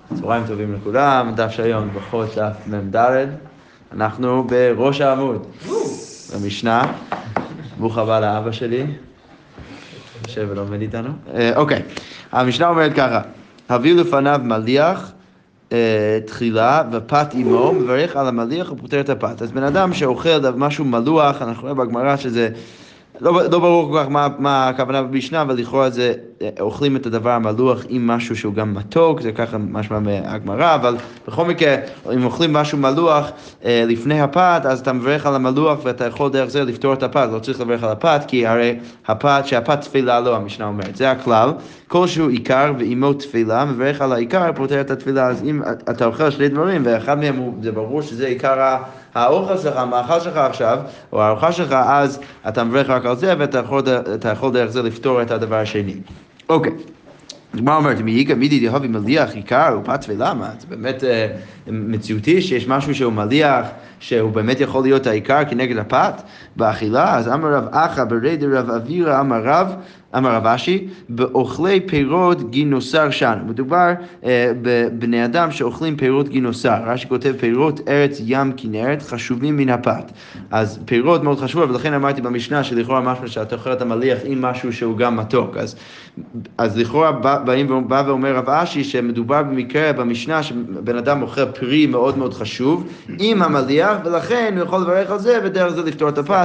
צהריים טובים לכולם, דף שהיום ברכות דף מ"ד, אנחנו בראש העמוד, במשנה. ברוך הבא לאבא שלי, יושב ולומד איתנו. אוקיי, המשנה אומרת ככה, הביאו לפניו מליח תחילה ופת עמו, מברך על המליח ופותר את הפת. אז בן אדם שאוכל משהו מלוח, אנחנו רואים בגמרא שזה לא ברור כל כך מה הכוונה במשנה, אבל לכאורה זה אוכלים את הדבר המלוח עם משהו שהוא גם מתוק, זה ככה משמע מהגמרא, אבל בכל מקרה, אם אוכלים משהו מלוח לפני הפת, אז אתה מברך על המלוח ואתה יכול דרך זה לפתור את הפת, לא צריך לברך על הפת, כי הרי שהפת תפילה לא, המשנה אומרת, זה הכלל, כלשהו עיקר ואימו תפילה, מברך על העיקר, פותר את התפילה. אז אם אתה אוכל שני דברים, ואחד מהם זה ברור שזה עיקר האוכל שלך, המאכל שלך עכשיו, או הארוחה שלך, אז אתה מברך רק על זה, ואתה יכול דרך זה לפתור את הדבר השני. אוקיי. מה אומרת? מידי דהווי מליח עיקר ופת תפילה? מה? זה באמת מציאותי שיש משהו שהוא מליח, שהוא באמת יכול להיות העיקר כנגד הפת באכילה? אז אמר רב אחא ברי דרב אבירא אמר רב אשי, באוכלי פירות גינוסר שן. מדובר בבני אדם שאוכלים פירות גינוסר. רש"י כותב פירות ארץ ים כנרת חשובים מן הפת. אז פירות מאוד חשוב, ולכן אמרתי במשנה שלכאורה משהו שאתה אוכל את המליח עם משהו שהוא גם מתוק. אז לכאורה בא ואומר רב אשי שמדובר במקרה במשנה שבן אדם אוכל פרי מאוד מאוד חשוב עם המליח, ולכן הוא יכול לברך על זה ודרך זה לפתור את הפת.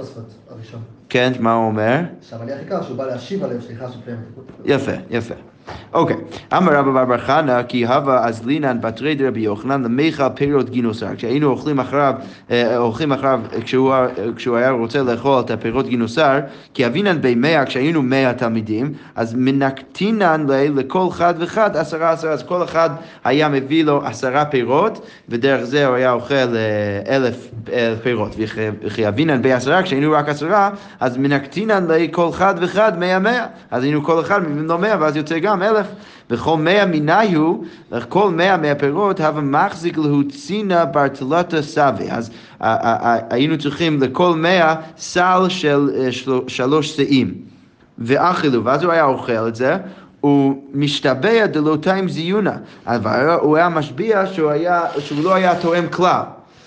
כן, מה הוא אומר? שהמליח עיקר שהוא בא להשיב עליהם, סליחה שפעמים. יפה, יפה. אוקיי, אמר רבא בר חנא כי הווה אזלינן בתרי דרבי יוחנן למיכל פירות גינוסר. כשהיינו אוכלים אחריו כשהוא היה רוצה לאכול את הפירות גינוסר, כי אבינן ב100, כשהיינו 100 תלמידים, אז מנקטינן לכל אחד ואחד 10, אז כל אחד היה מביא לו 10 פירות, ודרך זה הוא היה אוכל 1,000 פירות. וכי אבינן ב10, כשהיינו רק 10, אז מנקטינן לכל אחד ואחד 100, אז היינו כל אחד מביאים לו 100, ואז יוצא גם 1,000. וכל 100 מניהו, כל 100 מהפירות, הווה מחזיק להוצינה ברטלתה סבי. אז היינו צריכים לכל 100 סל של 3 שאים. ואכילו, ואז הוא היה אוכל את זה, הוא משתבע דלותיים זיונה. אבל הוא היה משביע שהוא לא היה תואם כלל.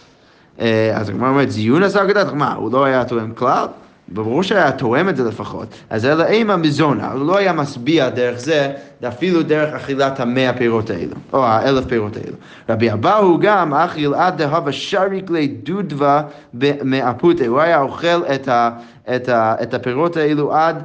אז הגמרא אומרת, זיונה זה אגדת, מה, הוא לא היה תואם כלל? ברור שהיה תואם את זה לפחות. אז אלא אימה מזונה, הוא לא היה משביע דרך זה, אפילו דרך אכילת 100 פירות האלו, או 1,000 פירות האלו. רבי אבאו גם אכיל עד דהווה שריק לדודווה מאפוטה, הוא היה אוכל את הפירות האלו עד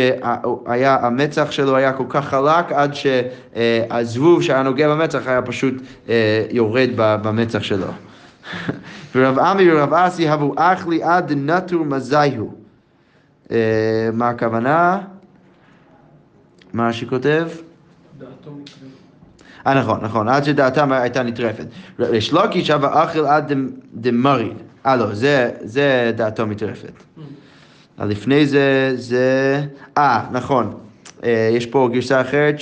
שהמצח שלו היה כל כך חלק, עד שהזבוב שהיה נוגע במצח היה פשוט יורד במצח שלו. ורב עמי ורב אסי הבו אכלי עד נטור מזיהו. מה הכוונה? מה שכותב? נכון, עד שדעתם הייתה נטרפת. ריש לקיש הבא אכל עד דמריד. לא, זה דעתו מטרפת. לפני זה, נכון, יש פה גרסה אחרת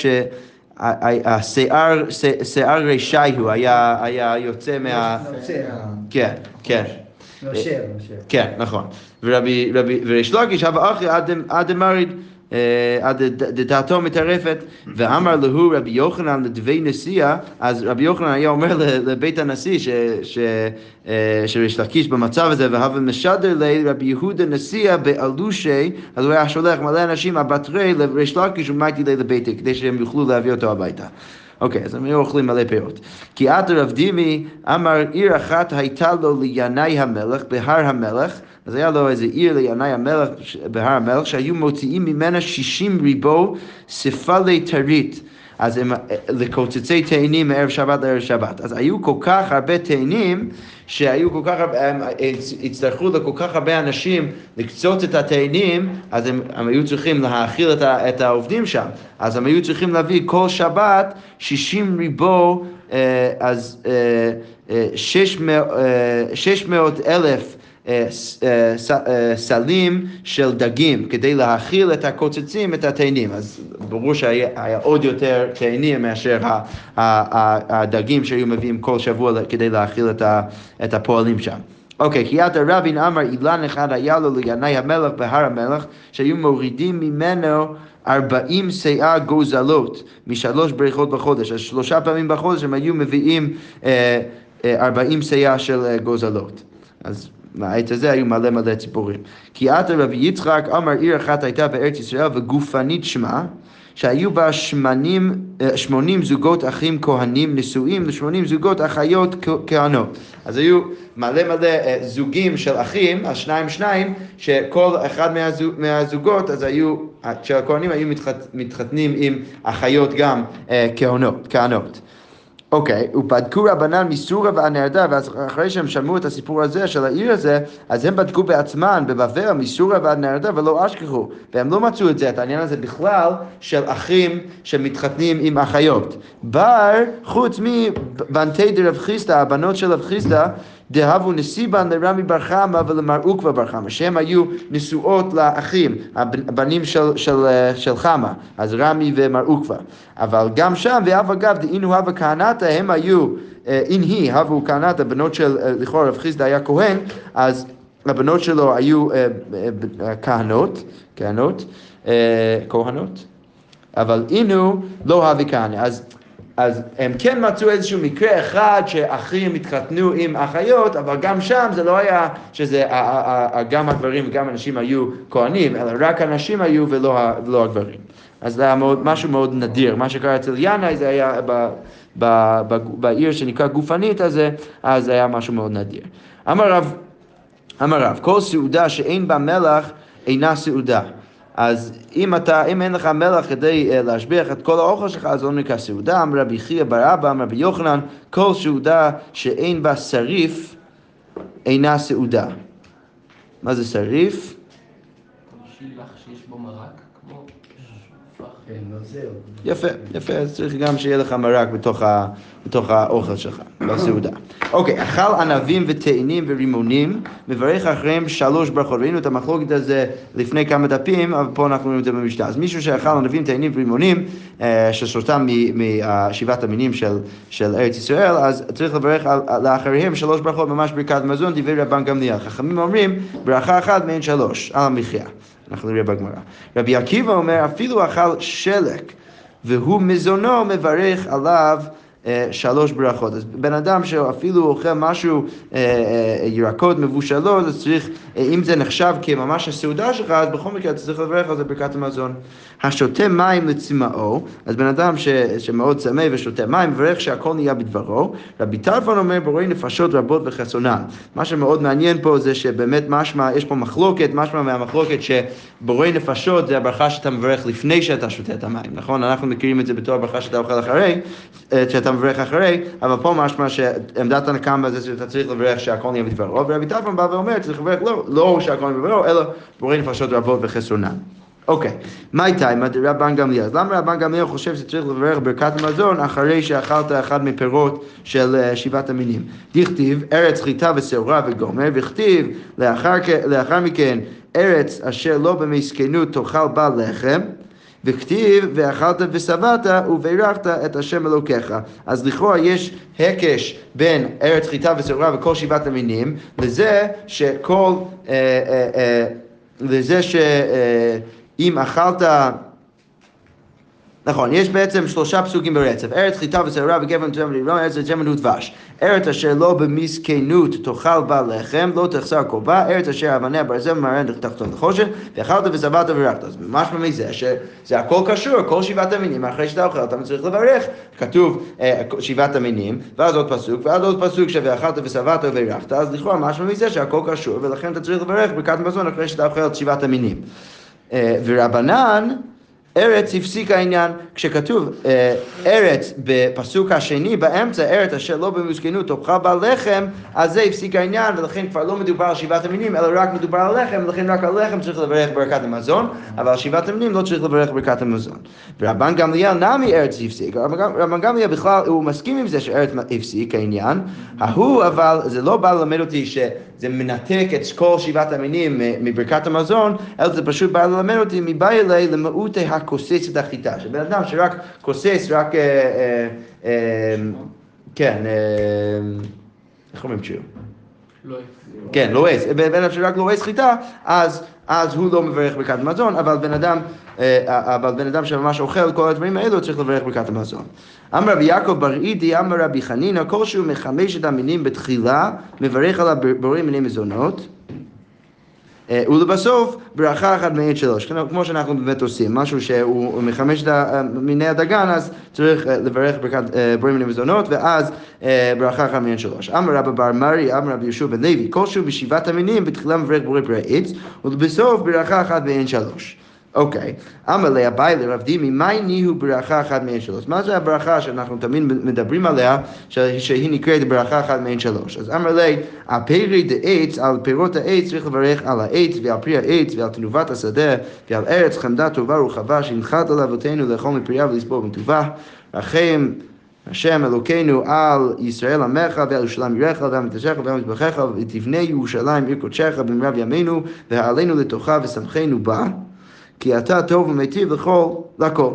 השיער רישי הוא היה יוצא כן. נושר. כן, נכון. וריש לקיש הבא אחי עד דמריד, עד דעתו מטרפת, ואמר להו רבי יוחנן לדבי נשיאה, אז רבי יוחנן היה אומר לבית הנשיא שריש לקיש במצב הזה, והווה משדר לרבי יהודה נשיאה באלושי, אז הוא היה שולח מלא אנשים הבטרי לריש לקיש ומייתי לביתה, כדי שהם יוכלו להביא אותו הביתה. אוקיי, אז הם היו אוכלים מלא פירות. כי עד רב דימי אמר עיר אחת הייתה לו לינאי המלך בהר המלך, אז היה לו איזה עיר לינאי המלך בהר המלך, שהיו מוציאים ממנה 60 ריבו ספלי תרית. אז הם לקוצצי תאנים מערב שבת לערב שבת. אז היו כל כך הרבה תאנים, שהיו כל כך הרבה, הם הצטרכו לכל כך הרבה אנשים לקצוץ את התאנים, אז הם היו צריכים להאכיל את העובדים שם. אז הם היו צריכים להביא כל שבת 60 ריבו, אז 600,000 סלים של דגים כדי להאכיל את הקוצצים, את התאנים. אז ברור שהיה עוד יותר תאנים מאשר הדגים שהיו מביאים כל שבוע כדי להאכיל את הפועלים שם. אוקיי, כי עתה רבין אמר אילן אחד היה לו לינאי המלך בהר המלך, שהיו מורידים ממנו 40 שאה גוזלות משלוש בריכות בחודש. אז 3 פעמים בחודש הם היו מביאים 40 שאה של גוזלות. אז מהעת הזה היו מלא ציפורים. כי עתה רבי יצחק אמר עיר אחת הייתה בארץ ישראל וגופנית שמה, שהיו בה 80 זוגות אחים כהנים נשואים ל80 זוגות אחיות כהנות. אז היו מלא זוגים של אחים, אז שניים, שכל אחד מהזוגות, אז היו, שהכהנים היו מתחתנים עם אחיות גם כהנות. אוקיי, ובדקו רבנן מסורה ועד נהרדה, ואז אחרי שהם שמעו את הסיפור הזה של העיר הזה, אז הם בדקו בעצמן בבבל מסורה ועד נהרדה ולא אשכחו, והם לא מצאו את העניין הזה בכלל של אחים שמתחתנים עם אחיות. בר, חוץ מבנתי דרב חיסדא, הבנות של רב חיסדא, דהבו נסיבן לרמי בר חמא ולמר עוקבא בר חמא, שהם היו נשואות לאחים, הבנים של חמא, אז רמי ומר עוקבא. אבל גם שם, ואף אגב, דהינו הווה כהנתא, הם היו, אין היא, הבו כהנתא, בנות של, לכאורה רב חיסדא היה כהן, אז הבנות שלו היו כהנות, אבל אינו לא הווה כהנא. אז הם כן מצאו איזשהו מקרה אחד שאחים התחתנו עם אחיות, אבל גם שם זה לא היה שזה גם הגברים וגם הנשים היו כהנים, אלא רק הנשים היו ולא הגברים. אז זה היה משהו מאוד נדיר. מה שקרה אצל ינאי זה היה בעיר שנקרא גופנית הזה, אז זה היה משהו מאוד נדיר. אמר רב, כל סעודה שאין בה מלח אינה סעודה. אז אם אין לך מלח כדי להשביח את כל האוכל שלך, אז לא נקרא סעודה. אמר רבי חייא בר אבא, אמר רבי יוחנן, כל סעודה שאין בה שריף אינה סעודה. מה זה שריף? שילח שיש בו מרק, כמו שופח. יפה, אז צריך גם שיהיה לך מרק בתוך האוכל שלך, בסעודה. אוקיי, אכל ענבים ותאנים ורימונים, מברך אחריהם 3 ברכות. ראינו את המחלוקת הזה לפני כמה דפים, אבל פה אנחנו רואים את זה במשנה. אז מישהו שאכל ענבים, תאנים ורימונים, ששלושתם משבעת המינים של ארץ ישראל, אז צריך לברך לאחריהם 3 ברכות, ממש ברכת מזון, דברי רבן גמליאל. חכמים אומרים, ברכה אחת מעין 3, על המחיה. אנחנו נראה בגמרא. רבי עקיבא אומר, אפילו אכל שלק, והוא מזונו מברך עליו 3 ברכות. אז בן אדם שאפילו אוכל משהו, ירקות מבושלות, אז צריך, אם זה נחשב כממש הסעודה שלך, אז בכל מקרה אתה צריך לברך על זה ברכת המזון. השותה מים לצמאו, אז בן אדם שמאוד צמא ושותה מים, מברך שהכל נהיה בדברו. רבי טרפון אומר, בורא נפשות רבות וחסונן. מה שמאוד מעניין פה זה שבאמת יש פה מחלוקת, משמע מהמחלוקת שבורא נפשות זה הברכה שאתה מברך לפני שאתה שותה את המים, נכון? אנחנו מכירים את זה בתור הברכה שאתה אוכל אחרי, שאתה מברך אחרי, אבל פה משמע שעמדת הנקמה זה שאתה צריך לברך שהכל נהיה בדברו, ורבי טרפון בא ואומר, צריך לברך לא שהכל נהיה בדברו, אלא בורא נפשות רבות וחסונן. אוקיי, מה איתה? עם רבן גמליאל? אז למה רבן גמליאל חושב שצריך לברך ברכת המזון אחרי שאכלת אחד מפירות של 7 המינים? דכתיב, ארץ חיטה ושעורה וגומר, וכתיב, לאחר מכן, ארץ אשר לא במסכנות תאכל בה לחם, וכתיב, ואכלת ושבעת וברכת את השם אלוקיך. אז לכאורה יש הקש בין ארץ חיטה ושעורה וכל 7 המינים, לזה שאם אכלת, נכון, יש בעצם 3 פסוקים ברצף, ארץ חיטה ושעורה וגבן תום ולבלון, ארץ שמן ודבש. ארץ אשר לא במסכנות תאכל בה לחם, לא תחסר כל בה, ארץ אשר אבניה ברזל ומערן תחתון נחושת, ואכלת ושבעת וברכת. אז ממש מזה שזה הכל קשור, כל 7 המינים, אחרי שאתה אוכל, אתה צריך לברך, כתוב 7 המינים, ואז עוד פסוק, ואז עוד פסוק שאכלת ושבעת וברכת, אז לכאורה ממש מזה שהכל קשור, ולכן אתה צריך לברך ברכת מזון אחרי שאתה אוכל את 7 המינים. ורבנן, ארץ הפסיק העניין, כשכתוב ארץ בפסוק השני באמצע, ארץ אשר לא במסכנות תאכל בה לחם, אז זה הפסיק העניין, ולכן כבר לא מדובר על 7 המינים, אלא רק מדובר על לחם, ולכן רק על לחם צריך לברך ברכת המזון, אבל על 7 המינים לא צריך לברך ברכת המזון. ורבן גמליאל נמי ארץ הפסיק, רבן גמליאל בכלל הוא מסכים עם זה שארץ הפסיק העניין, אבל זה לא בא ללמד אותי שזה מנתק את כל 7 המינים מברכת המזון, אלא זה פשוט בא ללמד אותי מבעי אלי למעוטי כוסס את החיטה, שבן אדם שרק כוסס, רק, כן, איך אומרים שיר? כן, לועס. בן אדם שרק לועס חיטה, אז הוא לא מברך ברכת המזון, אבל בן אדם שממש אוכל כל הדברים האלו צריך לברך ברכת המזון. אמר רבי יעקב בר אידי, אמר רבי חנינא, כלשהו מחמשת המינים בתחילה, מברך על בורא מיני מזונות. ולבסוף ברכה אחת מעין שלוש, כמו שאנחנו באמת עושים, משהו שהוא מחמשת מיני הדגן, אז צריך לברך ברכת בורא מיני מזונות, ואז ברכה אחת מעין שלוש. אמר רבא בר מרי, אמר רבי יהושע בן לוי, כלשהו בשבעת המינים בתחילה מברך בורא פרי עץ, ולבסוף ברכה אחת מעין שלוש. אוקיי, אמר לי אביי לרב דימי, מהי ניהו ברכה אחת מעין שלוש? מה זה הברכה שאנחנו תמיד מדברים עליה, שהיא נקראת ברכה אחת מעין שלוש? אז אמר לי, הפרי דעץ, על פירות העץ צריך לברך על העץ ועל פרי העץ ועל תנובת השדה ועל ארץ חמדה טובה ורחבה שהנחת על אבותינו לאכול מפריה ולסבול מטובה. רחם השם אלוקינו על ישראל עמך ועל ירושלים עירך ועל מקדשך ועל מזבחיך ותבנה ירושלים עיר קודשך במרב ימינו והעלינו לתוכה ושמחנו בה. כי אתה טוב ומיטיב לכל.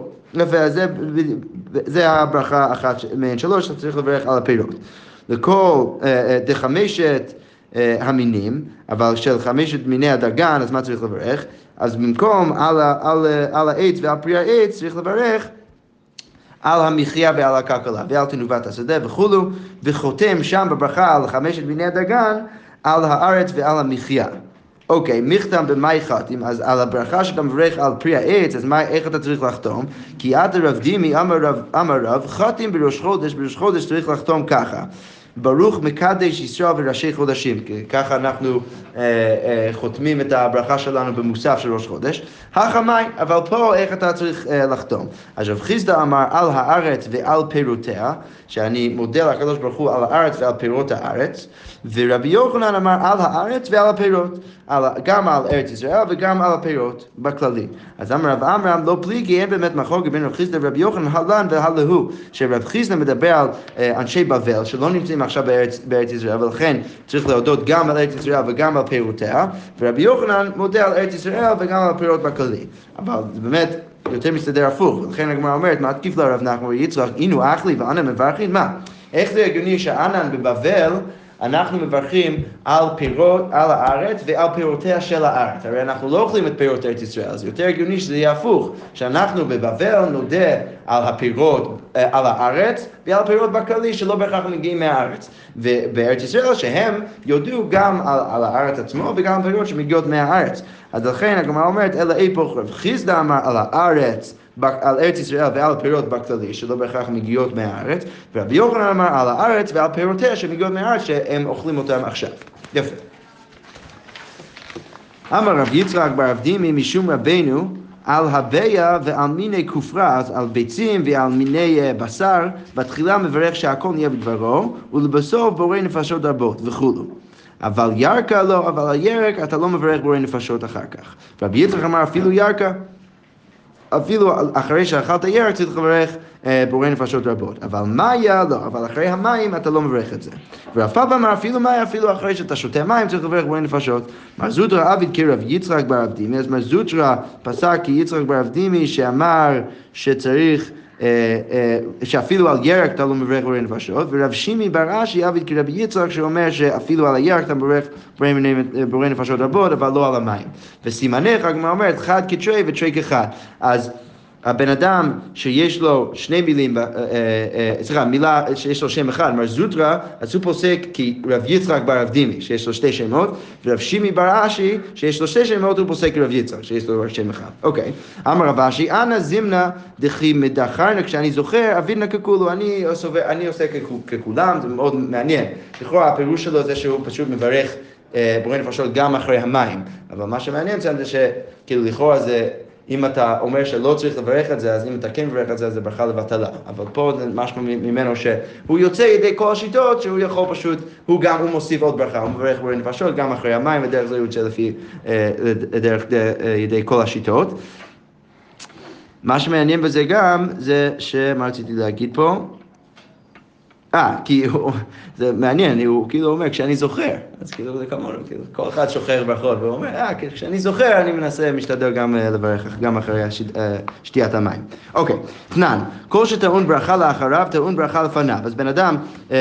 זה הברכה אחת מעין שלוש, אתה צריך לברך על הפירות. לכל דחמשת המינים, אבל של חמשת מיני הדגן, אז מה צריך לברך? אז במקום על העץ ועל פרי העץ, צריך לברך על המחיה ועל הכלכלה, ועל תנובת השדה וכולו, וחותם שם בברכה על חמשת מיני הדגן, על הארץ ועל המחיה. אוקיי, מכתם במאי חתים, אז על הברכה שאתה מברך על פרי העץ, אז איך אתה צריך לחתום? כי עד רב דימי אמר רב, חתים בראש חודש צריך לחתום ככה. ברוך מקדש ישראל וראשי חודשים, ככה אנחנו חותמים את הברכה שלנו במוסף של ראש חודש. החמי, אבל פה איך אתה צריך לחתום? אז רב חיסדא אמר על הארץ ועל פירותיה, שאני מודה לקדוש ברוך הוא על הארץ ועל פירות הארץ, ורבי יוחנן אמר על הארץ ועל הפירות, גם על ארץ ישראל וגם על הפירות בכללי. אז אמר רב עמרם לא פליגי, אין באמת מחלוקת בין רב חיסדא ורבי יוחנן הלן והלהו, שרב חיסדא מדבר על אנשי בבל שלא נמצאים עכשיו בארץ ישראל, ולכן צריך להודות גם על ארץ ישראל וגם על פירותיה, ורבי יוחנן מודה על ארץ ישראל וגם על הפירות בכללי. אבל באמת יותר מסתדר הפוך, ולכן הגמרא אומרת, מה תקיף לרב נחמן ויצחק, אינו אחלי ואנה מברכין? מה? איך זה הגיוני שענן בבבל אנחנו מברכים על פירות, על הארץ ועל פירותיה של הארץ. הרי אנחנו לא אוכלים את פירות ארץ ישראל, אז יותר הגיוני שזה יהיה הפוך, שאנחנו בבבל נודה על הפירות, על הארץ ועל הפירות בכללי שלא בהכרח מגיעים מהארץ. ובארץ ישראל שהם יודו גם על הארץ עצמו וגם על פירות שמגיעות מהארץ. אז לכן הגמרא אומרת, אלא איפוך רב חיסדא אמר על הארץ, על ארץ ישראל ועל הפירות בכללי שלא בהכרח מגיעות מהארץ, ורבי יוחנן אמר על הארץ ועל פירותיה שמגיעות מהארץ שהם אוכלים אותם עכשיו. יפה. אמר רב יצחק בר רב דימי משום רבנו על הביה ועל מיני כופרז, על ביצים ועל מיני בשר, בתחילה מברך שהכל נהיה בדברו, ולבסוף בורא נפשות רבות וכולו. אבל ירקה לא, אבל הירק אתה לא מברך בורא נפשות אחר כך. רבי יצחק אמר אפילו ירקה, אפילו אחרי שאכלת ירק צריך לברך בורא נפשות רבות. אבל מאיה לא, אבל אחרי המים אתה לא מברך את זה. ורב פאפא אמר אפילו מאיה, אפילו אחרי שאתה שותה מים צריך לברך בורא נפשות. מר זוטרא עביד כרב יצחק בר רב דימי, אז מר זוטרא פסק כיצחק בר רב דימי שאמר שצריך שאפילו על ירק אתה לא מברך בורא נפשות, ורב שימי בר אשי עביד כרבי יצחק שאומר שאפילו על הירק אתה מברך בורא נפשות רבות, אבל לא על המים. וסימנך, הגמרא אומרת, חד כתרי ותרי כחד. אז הבן אדם שיש לו שני מילים, מילה שיש לו שם אחד, מר זוטרא, אז הוא פוסק כי רב יצחק בר רב דימי, שיש לו שתי שמות, ורב שימי בר אשי, שיש לו שתי שמות, הוא פוסק רב יצחק, שיש לו שם אחד. אוקיי. אמר רב אשי, אנא זימנה דכי מדחרנה, כשאני זוכר, אבידנה ככולו, אני עושה ככולם, זה מאוד מעניין. לכאורה, הפירוש שלו זה שהוא פשוט מברך בורא נפשות גם אחרי המים. אבל מה שמעניין זה שכאילו לכאורה זה, אם אתה אומר שלא צריך לברך את זה, אז אם אתה כן מברך את זה, אז זה ברכה לבטלה. אבל פה זה משהו ממנו שהוא יוצא ידי כל השיטות, שהוא יכול פשוט, הוא מוסיף עוד ברכה, הוא מברך בורא נפשות גם אחרי המים, ודרך זה הוא יוצא ידי כל השיטות. מה שמעניין בזה גם, זה שמה רציתי להגיד פה? כי זה מעניין, הוא כאילו אומר, כשאני זוכר, אז כאילו זה כמובן, כאילו, כל אחד שוכר ברכות, והוא אומר, כשאני זוכר, אני מנסה, משתדל גם לברך, גם אחרי שתיית המים. אוקיי, תנן, כל שטעון ברכה לאחריו, טעון ברכה לפניו. אז בן אדם,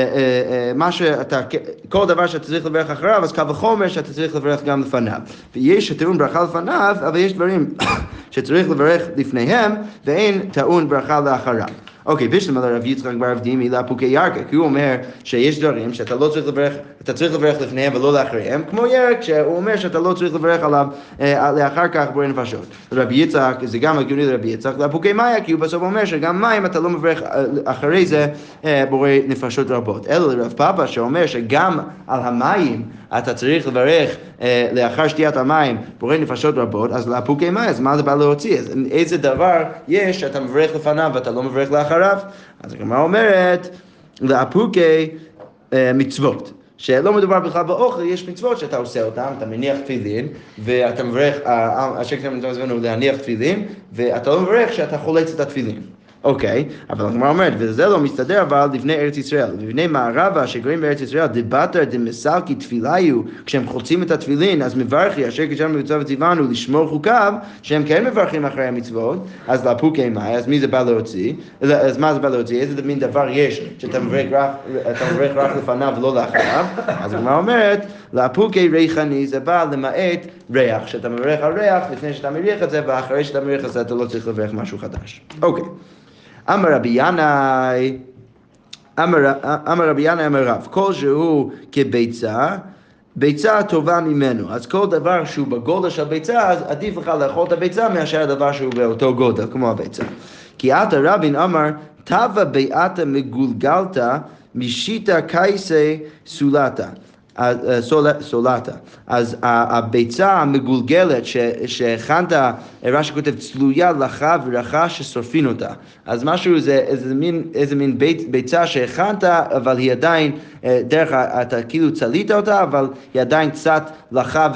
כל דבר שאתה צריך לברך אחריו, אז קל וחומר שאתה צריך לברך גם לפניו. ויש שטעון ברכה לפניו, אבל יש דברים שצריך לברך לפניהם, ואין טעון ברכה לאחריו. אוקיי, בשלמה לרב יצחק בר אבדימי לאפוקי ירקה, כי הוא אומר שיש דברים שאתה לא צריך לברך, אתה צריך לברך לפניהם ולא לאחריהם, כמו ירק, שהוא אומר שאתה לא צריך לברך עליו לאחר כך בורא נפשות. רבי יצחק, זה גם הגיוני לרבי יצחק, לאפוקי מאיה, כי הוא בסוף אומר שגם מים אתה לא מברך אחרי זה בורא נפשות רבות. אלא לרב פאפה שאומר שגם על המים אתה צריך לברך לאחר שתיית המים בורא נפשות רבות, אז לאפוקי מאיה, אז מה זה בא להוציא? אז איזה דבר יש שאתה מברך לפניו ואתה לא מברך לאחריו? אז הגמרא אומרת, לאפוקי מצוות. שלא מדובר בכלל באוכל, יש מצוות שאתה עושה אותן, אתה מניח תפילין, ואתה מברך, השקט המתמזבנו להניח תפילין, ואתה לא מברך שאתה חולץ את התפילין. אוקיי, אבל הגמרא אומרת, וזה לא מסתדר אבל לבני ארץ ישראל, לבני מערבה שגרים בארץ ישראל, דבתר דמסלקי תפיליו, כשהם חולצים את התפילין, אז מברכי, אשר כשם במצווה וציוונו לשמור חוקיו, שהם כן מברכים אחרי המצוות, אז לאפוקי מאי, אז מי זה בא להוציא? אז מה זה בא להוציא? איזה מין דבר יש שאתה מברך רק לפניו ולא לאחריו? אז הגמרא אומרת, לאפוקי ריחני זה בא למעט ריח, שאתה מברך על ריח לפני שאתה מריח את זה, ואחרי שאתה מריח את זה אתה לא צריך לברך משהו חדש. אוקיי. אמר רבי ינאי, אמר רב, כל שהוא כביצה, ביצה טובה ממנו. אז כל דבר שהוא בגודל של ביצה, אז עדיף לך לאכול את הביצה מאשר הדבר שהוא באותו גודל, כמו הביצה. כי עתה רבין אמר, טבע ביעתה מגולגלתה, משיטה קייסי סולתה. סולתה. אז הביצה המגולגלת שהכנת, רש"י כותב צלויה לחה ורחה ששורפין אותה. אז משהו זה איזה מין ביצה שהכנת, אבל היא עדיין, אתה כאילו צלית אותה, אבל היא עדיין קצת לחה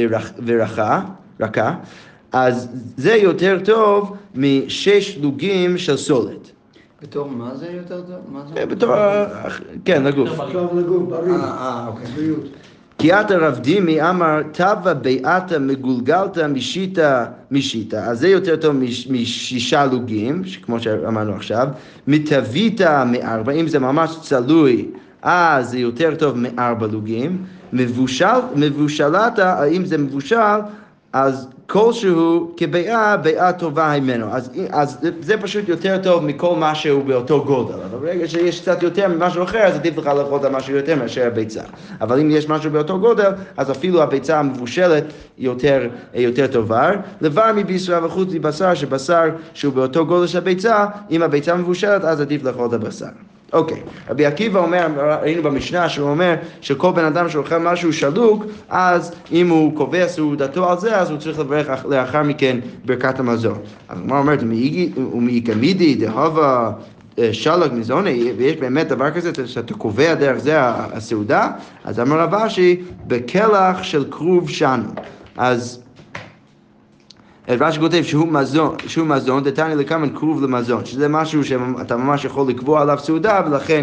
ורכה. אז זה יותר טוב משש לוגים של סולת. בתור מה זה יותר טוב? מה זה? בתור, כן, לגוף. טוב לגוף, בריא. אוקיי. בריאות. כי עתה רב דימי אמר, טבע ביעתה מגולגלתה משיטה, אז זה יותר טוב משישה לוגים, כמו שאמרנו עכשיו, מתוויתה מארבע, אם זה ממש צלוי, אז זה יותר טוב מארבע לוגים, מבושלתה, אם זה מבושל, אז כלשהו כביעה, ביעה טובה ממנו. אז זה פשוט יותר טוב מכל משהו באותו גודל. אבל ברגע שיש קצת יותר ממשהו אחר, אז עדיף לך לאכול את משהו יותר מאשר הביצה. אבל אם יש משהו באותו גודל, אז אפילו הביצה המבושלת יותר טובה. לבר מבשר וחוץ מבשר, שבשר שהוא באותו גודל של הביצה, אם הביצה מבושלת, אז עדיף לאכול את הבשר. אוקיי, רבי עקיבא אומר, ראינו במשנה שהוא אומר שכל בן אדם שאוכל משהו שלוק, אז אם הוא קובע סעודתו על זה, אז הוא צריך לברך לאחר מכן ברכת המזון. אבל מה אומרת, ומאיקמידי דהווה שלק מזוני, ויש באמת דבר כזה שאתה קובע דרך זה הסעודה, אז אמר רב אשי, בכלח של כרוב שנו. אז רש"י כותב שהוא מזון, דתניא לקמן כרוב למזון, שזה משהו שאתה ממש יכול לקבוע עליו סעודה,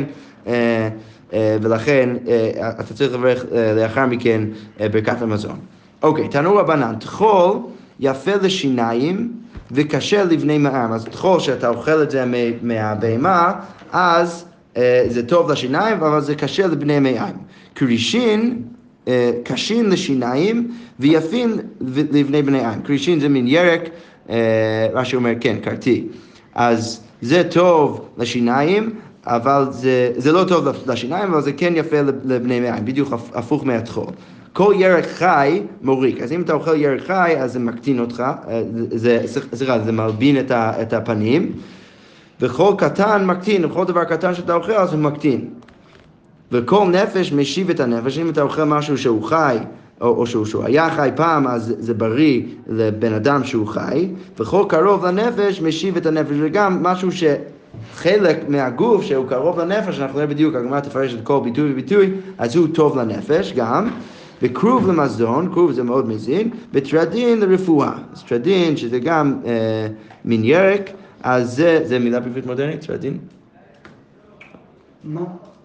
ולכן אתה צריך לברך לאחר מכן ברכת המזון. אוקיי, תנו רבנן, טחול יפה לשיניים וקשה לבני מעם. אז טחול שאתה אוכל את זה מהבהמה, אז זה טוב לשיניים, אבל זה קשה לבני מעם. קרישין, קשין לשיניים ויפים לבני בני עין. קרישין זה מין ירק, רש"י אומר כן, קרתי. אז זה טוב לשיניים, אבל זה לא טוב לשיניים, אבל זה כן יפה לבני עין, בדיוק הפוך מהטחול. כל ירק חי מוריק, אז אם אתה אוכל ירק חי, אז זה מקטין אותך, זה מלבין את הפנים, וכל קטן מקטין, וכל דבר קטן שאתה אוכל, אז הוא מקטין. וכל נפש משיב את הנפש, אם אתה אוכל משהו שהוא חי, או שהוא היה חי פעם, אז זה בריא לבן אדם שהוא חי, וכל קרוב לנפש משיב את הנפש, וגם משהו שחלק מהגוף שהוא קרוב לנפש, אנחנו נראה בדיוק, הגמרא תפרש את כל ביטוי וביטוי, אז הוא טוב לנפש גם, וכרוב למזון, כרוב זה מאוד מזין, וטרדין לרפואה, אז טרדין שזה גם מין ירק, אז זה מילה בעברית מודרנית, טרדין? מה?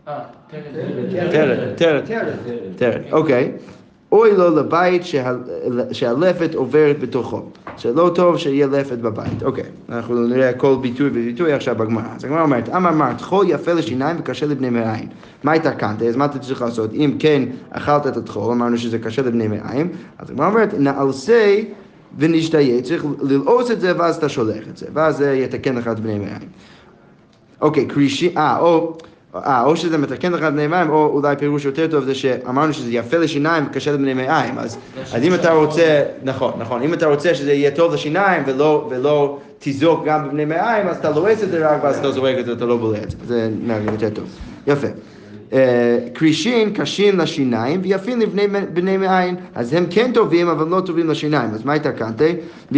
טרף, אוקיי. אוי לו לבית שהלפת עוברת בתוכו. שלא טוב שיהיה לפת בבית. אוקיי, אנחנו נראה כל ביטוי וביטוי עכשיו בגמרא. אז הגמרא אומרת, אמר טחול יפה לשיניים וקשה לבני מעיים. מה התקנת? אז מה אתה צריך לעשות? אם כן אכלת את הטחול, אמרנו שזה קשה לבני מעיים, אז הגמרא אומרת, נעלסי ונשתהיה, צריך ללעוס את זה ואז אתה שולח את זה, ואז זה יתקן לך את בני מעיים. אוקיי, או שזה מתקן לך בני מים, או אולי פירוש יותר טוב זה שאמרנו שזה יפה לשיניים וקשה לבני מים, אז אם אתה רוצה, נכון, אם אתה רוצה שזה יהיה טוב לשיניים ולא תזוק גם בבני מים, אז אתה לועס את זה רק ואז אתה זורק את זה, אתה לא בולע את זה, זה נראה יותר טוב. יפה. קרישין קשים לשיניים ויפים לבני מעיים, אז הם כן טובים אבל לא טובים לשיניים, אז מה התקנתי?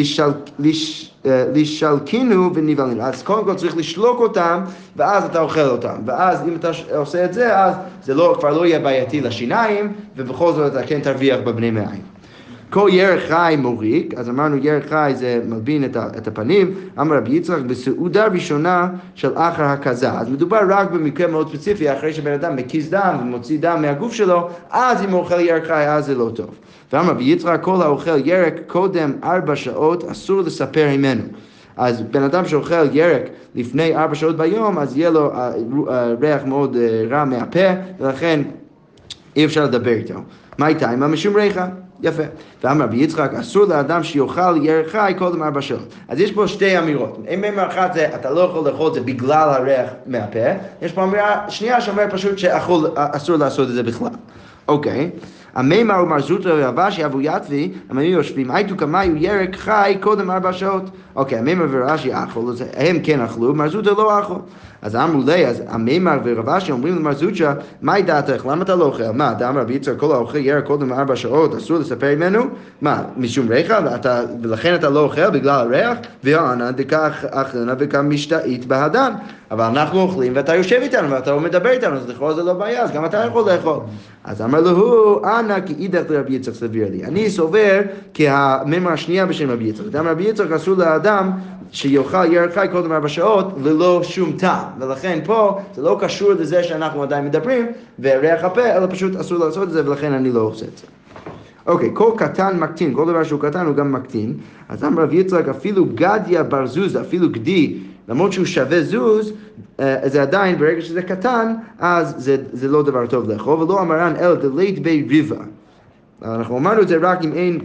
לשלקינו ונבלין, אז קודם כל צריך לשלוק אותם ואז אתה אוכל אותם, ואז אם אתה עושה את זה אז זה כבר לא יהיה בעייתי לשיניים ובכל זאת אתה כן תרוויח בבני מעיים. כל ירק חי מוריק, אז אמרנו ירק חי זה מלבין את הפנים, אמר רבי יצחק בסעודה ראשונה של אחר הכזה, אז מדובר רק במקרה מאוד ספציפי, אחרי שבן אדם מקיז דם ומוציא דם מהגוף שלו, אז אם הוא אוכל ירק חי אז זה לא טוב. ואמר רבי יצחק כל האוכל ירק קודם 4 שעות אסור לספר ממנו. אז בן אדם שאוכל ירק לפני 4 שעות ביום, אז יהיה לו ריח מאוד רע מהפה, ולכן אי אפשר לדבר איתו. מה איתה? עם המשום ריחה? יפה. ואמר רבי יצחק, אסור לאדם שיאכל ירק חי קודם 4 שעות. אז יש פה 2 אמירות. אמירה אחת זה, אתה לא יכול לאכול את זה בגלל הריח מהפה. יש פה אמירה שנייה שאומרת פשוט שאסור לעשות את זה בכלל. אוקיי. המימר ומר זוטרא ורבשי אבו יתבי, המאמרים יושבים, הייתו כמיו ירק חי קודם 4 שעות. אוקיי, המימר ורבשי אכלו, הם כן אכלו, מר זוטרא לא אכלו. אז אמרו לי, אז המימר ורבשי אומרים למר זוטרא, מהי דעתך? למה אתה לא אוכל? מה, אמר רבי יצחק, כל האוכל ירק קודם 4 שעות, אסור לספר ממנו? מה, משום ריחה? ולכן אתה לא אוכל בגלל הריח? והענה דקח אכלנה וכך משתאית בהדן. אבל אנחנו אוכלים ואתה יושב איתנו ואתה מדבר איתנו, אז לכאורה זה לא בעיה, אז גם אתה יכול לאכול. אז אמר לו, אנא כי אידך לרבי יצחק סביר לי. אני סובר כהמימרה השנייה בשם רבי יצחק. אמר רבי יצחק אסור לאדם שיאכל ירק חי קודם 4 שעות ללא שום טעם. ולכן פה זה לא קשור לזה שאנחנו עדיין מדברים וריח הפה, אלא פשוט אסור לעשות את זה ולכן אני לא עושה את זה. אוקיי, כל קטן מקטין, כל דבר שהוא קטן הוא גם מקטין. אז אמר רבי יצחק אפילו גדיה בר זוז, אפילו גדי, למרות שהוא שווה זוז, זה עדיין, ברגע שזה קטן, אז זה לא דבר טוב לאכול, ולא אמרן אלא דלית בי ריבה. אנחנו אמרנו את זה רק אם אין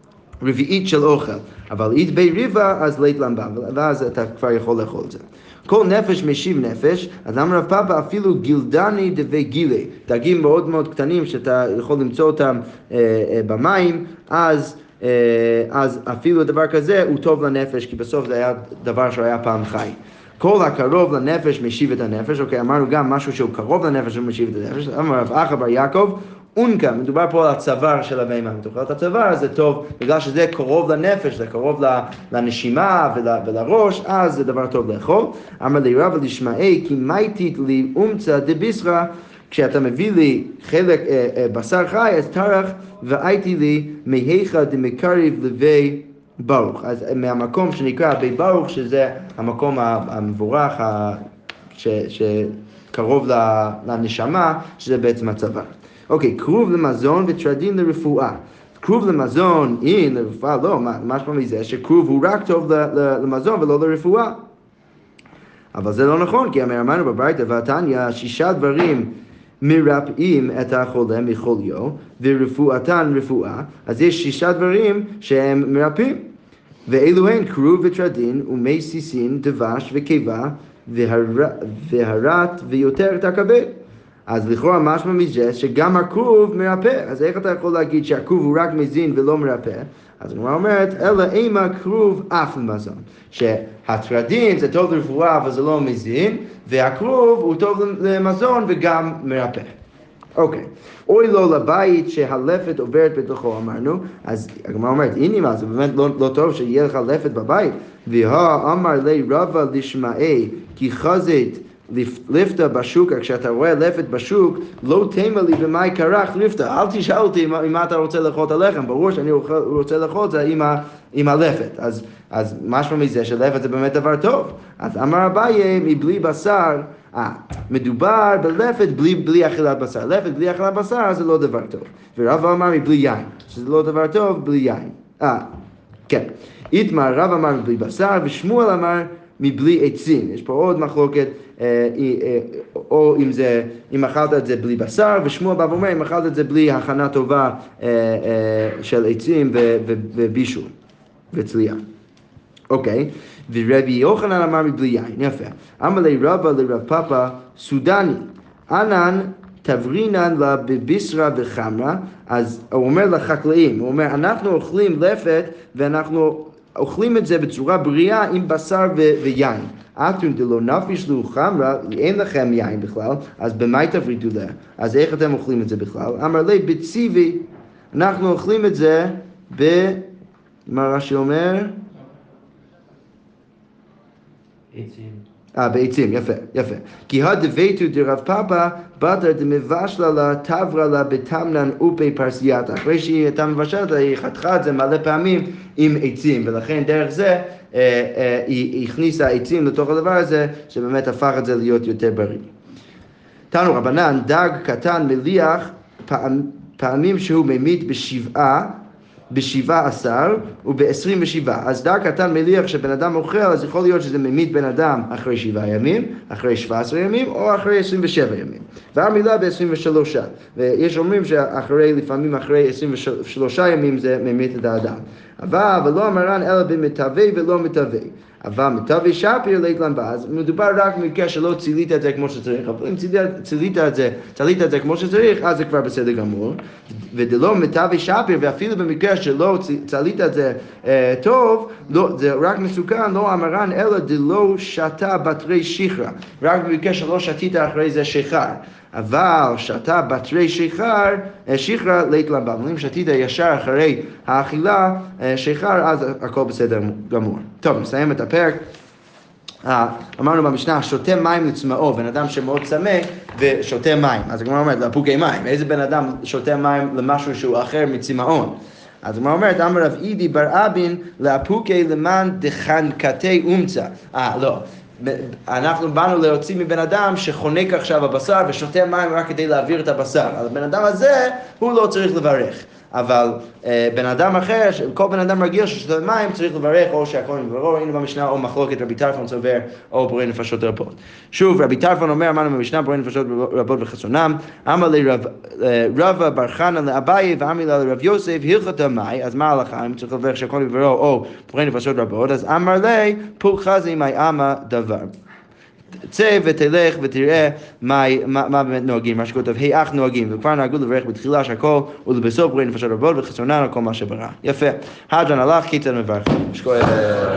רביעית של אוכל, אבל אית בי ריבה, אז לית למבה, ואז אתה כבר יכול לאכול את זה. כל נפש משיב נפש, אז אמר רב פאפא אפילו גילדני דבי גילי, דגים מאוד מאוד קטנים שאתה יכול למצוא אותם במים, אז אפילו דבר כזה הוא טוב לנפש, כי בסוף זה היה דבר שהיה פעם חי. כל הקרוב לנפש משיב את הנפש, אוקיי, אמרנו גם משהו שהוא קרוב לנפש הוא משיב את הנפש, אמר רב אחא בר יעקב, אונקה, מדובר פה על הצוואר של הבהמה, מתאכל את הצוואר, זה טוב, בגלל שזה קרוב לנפש, זה קרוב לנשימה ולראש, אז זה דבר טוב לאכול. אמר לי רב לשמעי, כי מייתית לי אומצה דביסרא, כשאתה מביא לי חלק בשר חי, אז תרח והייתי לי מהיכא דמקריב לבי ברוך. אז מהמקום שנקרא בי ברוך, שזה המקום המבורך שקרוב לנשמה, שזה בעצם הצוואר. אוקיי, קרוב למזון וטרדים לרפואה. קרוב למזון, לרפואה לא, משמע מזה שקרוב הוא רק טוב למזון ולא לרפואה. אבל זה לא נכון, כי אמרנו בברייתא והתניא 6 דברים מרפאים את החולה מחוליו, ורפואתן רפואה, אז יש 6 דברים שהם מרפאים. ואלו הן כרוב וטרדין ומי סיסין, דבש וקיבה, והרת ויותר תקבל. אז לכאורה משמע מזה שגם הכרוב מרפא, אז איך אתה יכול להגיד שהכרוב הוא רק מזין ולא מרפא? אז הגמרא אומרת, אלא אימה כרוב אף למזון, שהטרדין זה טוב לרפואה אבל זה לא מזין, והכרוב הוא טוב למזון וגם מרפא. אוקיי, אוי לו לבית שהלפת עוברת בתוכו, אמרנו, אז הגמרא אומרת, הנה מה, זה באמת לא טוב שיהיה לך לפת בבית, אמר לי רבא לשמעי, כי חזית לפתה בשוק, כשאתה רואה לפת בשוק, לא תימא לי במאי קרח לפתה, אל תשאל אותי אם אתה רוצה לאכול את הלחם, ברור שאני רוצה לאכול את זה עם הלפת, אז משמע מזה שלפת זה באמת דבר טוב. אז אמר אביי, מבלי בשר מדובר בלפת בלי אכילת בשר. לפת בלי אכילת בשר זה לא דבר טוב. ורב אמר מבלי יין, שזה לא דבר טוב בלי יין. כן. איתמר רב אמר מבלי בשר, ושמואל אמר מבלי עצים. יש פה עוד מחלוקת, או אם אכלת את זה בלי בשר, ושמואל בא ואומר, אם אכלת את זה בלי הכנה טובה של עצים ובישול וצלייה. אוקיי, ורבי יוחנן אמר מבלי יין, יפה. אמר לי רבא לרב פאפא סודני, ענן תברינן לה בביסרה וחמרה, אז הוא אומר לחקלאים, הוא אומר, אנחנו אוכלים לפת ואנחנו אוכלים את זה בצורה בריאה עם בשר ויין. אתון דלא נפיש לו חמרה, אין לכם יין בכלל, אז במאי תברידו לה? אז איך אתם אוכלים את זה בכלל? אמר לי, בציבי, אנחנו אוכלים את זה מה רש"י אומר? בעצים, יפה. כי הדבייתו דרב פאפא, בתר דמבשלה לה, תברה לה בתמנן ופי פרסייתה. אחרי שהיא הייתה מבשלת, היא חתכה את זה מלא פעמים עם עצים, ולכן דרך זה היא הכניסה עצים לתוך הדבר הזה, שבאמת הפך את זה להיות יותר בריא. תנו רבנן, דג קטן מליח פעמים שהוא ממית ב17 וב27. אז דג קטן מליח שבן אדם אוכל, אז יכול להיות שזה ממית בן אדם אחרי 7 ימים, אחרי 17 ימים, או אחרי 27 ימים. והמילה ב23. ויש אומרים לפעמים אחרי 23 ימים זה ממית את האדם. אבל ולא אמרן אלא במתווה ולא מתווה. אבל מתווה שפיר ליתלן באז, מדובר רק במקרה שלא צילית את זה כמו שצריך, אבל אם צילית את זה כמו שצריך, אז זה כבר בסדר גמור. ודלא מתווה שפיר, ואפילו במקרה שלא צילית את זה טוב, זה רק מסוכן, לא אמרן אלא דלא שתה בתרי שחרא, רק במקרה שלא שתית אחרי זה שחר. אבל שתה בתרי שחרא ליתלן באז, אם שתית ישר אחרי האכילה שחר, אז הכל בסדר גמור. טוב, נסיים את הפרק. אמרנו במשנה, שותה מים לצמאו, בן אדם שמאוד צמא ושותה מים. אז הגמרא אומרת, לאפוקי מים. איזה בן אדם שותה מים למשהו שהוא אחר מצמאון? אז הגמרא אומרת, אמר רב אידי בר אבין לאפוקי למען דחנקתי אומצה. לא. אנחנו באנו להוציא מבן אדם שחונק עכשיו הבשר ושותה מים רק כדי להעביר את הבשר. אז הבן אדם הזה, הוא לא צריך לברך. אבל בן אדם אחר, כל בן אדם רגיל ששותה מים צריך לברך או שהכהן יברור, הנה במשנה או מחלוקת רבי טרפון סובר או בורא נפשות רבות. שוב, רבי טרפון אומר, אמרנו במשנה בורא נפשות רבות וחסונם, אמר לרבא בר חנא לאביי ואמר לרב יוסף הלכת מאי, אז מה ההלכה? אם צריך לברך שהכהן יברור או בורא נפשות רבות, אז אמר לי פולחזי מאי אמה דבר. צא ותלך ותראה מה באמת נוהגים, מה שכותב, היי אך נוהגים, וכבר נהגו לברך בתחילה שהכל, ולבסוף בורא נפשות רבות וחסרונן על כל מה שברא. יפה. הדרן הלך, קיצר מברך.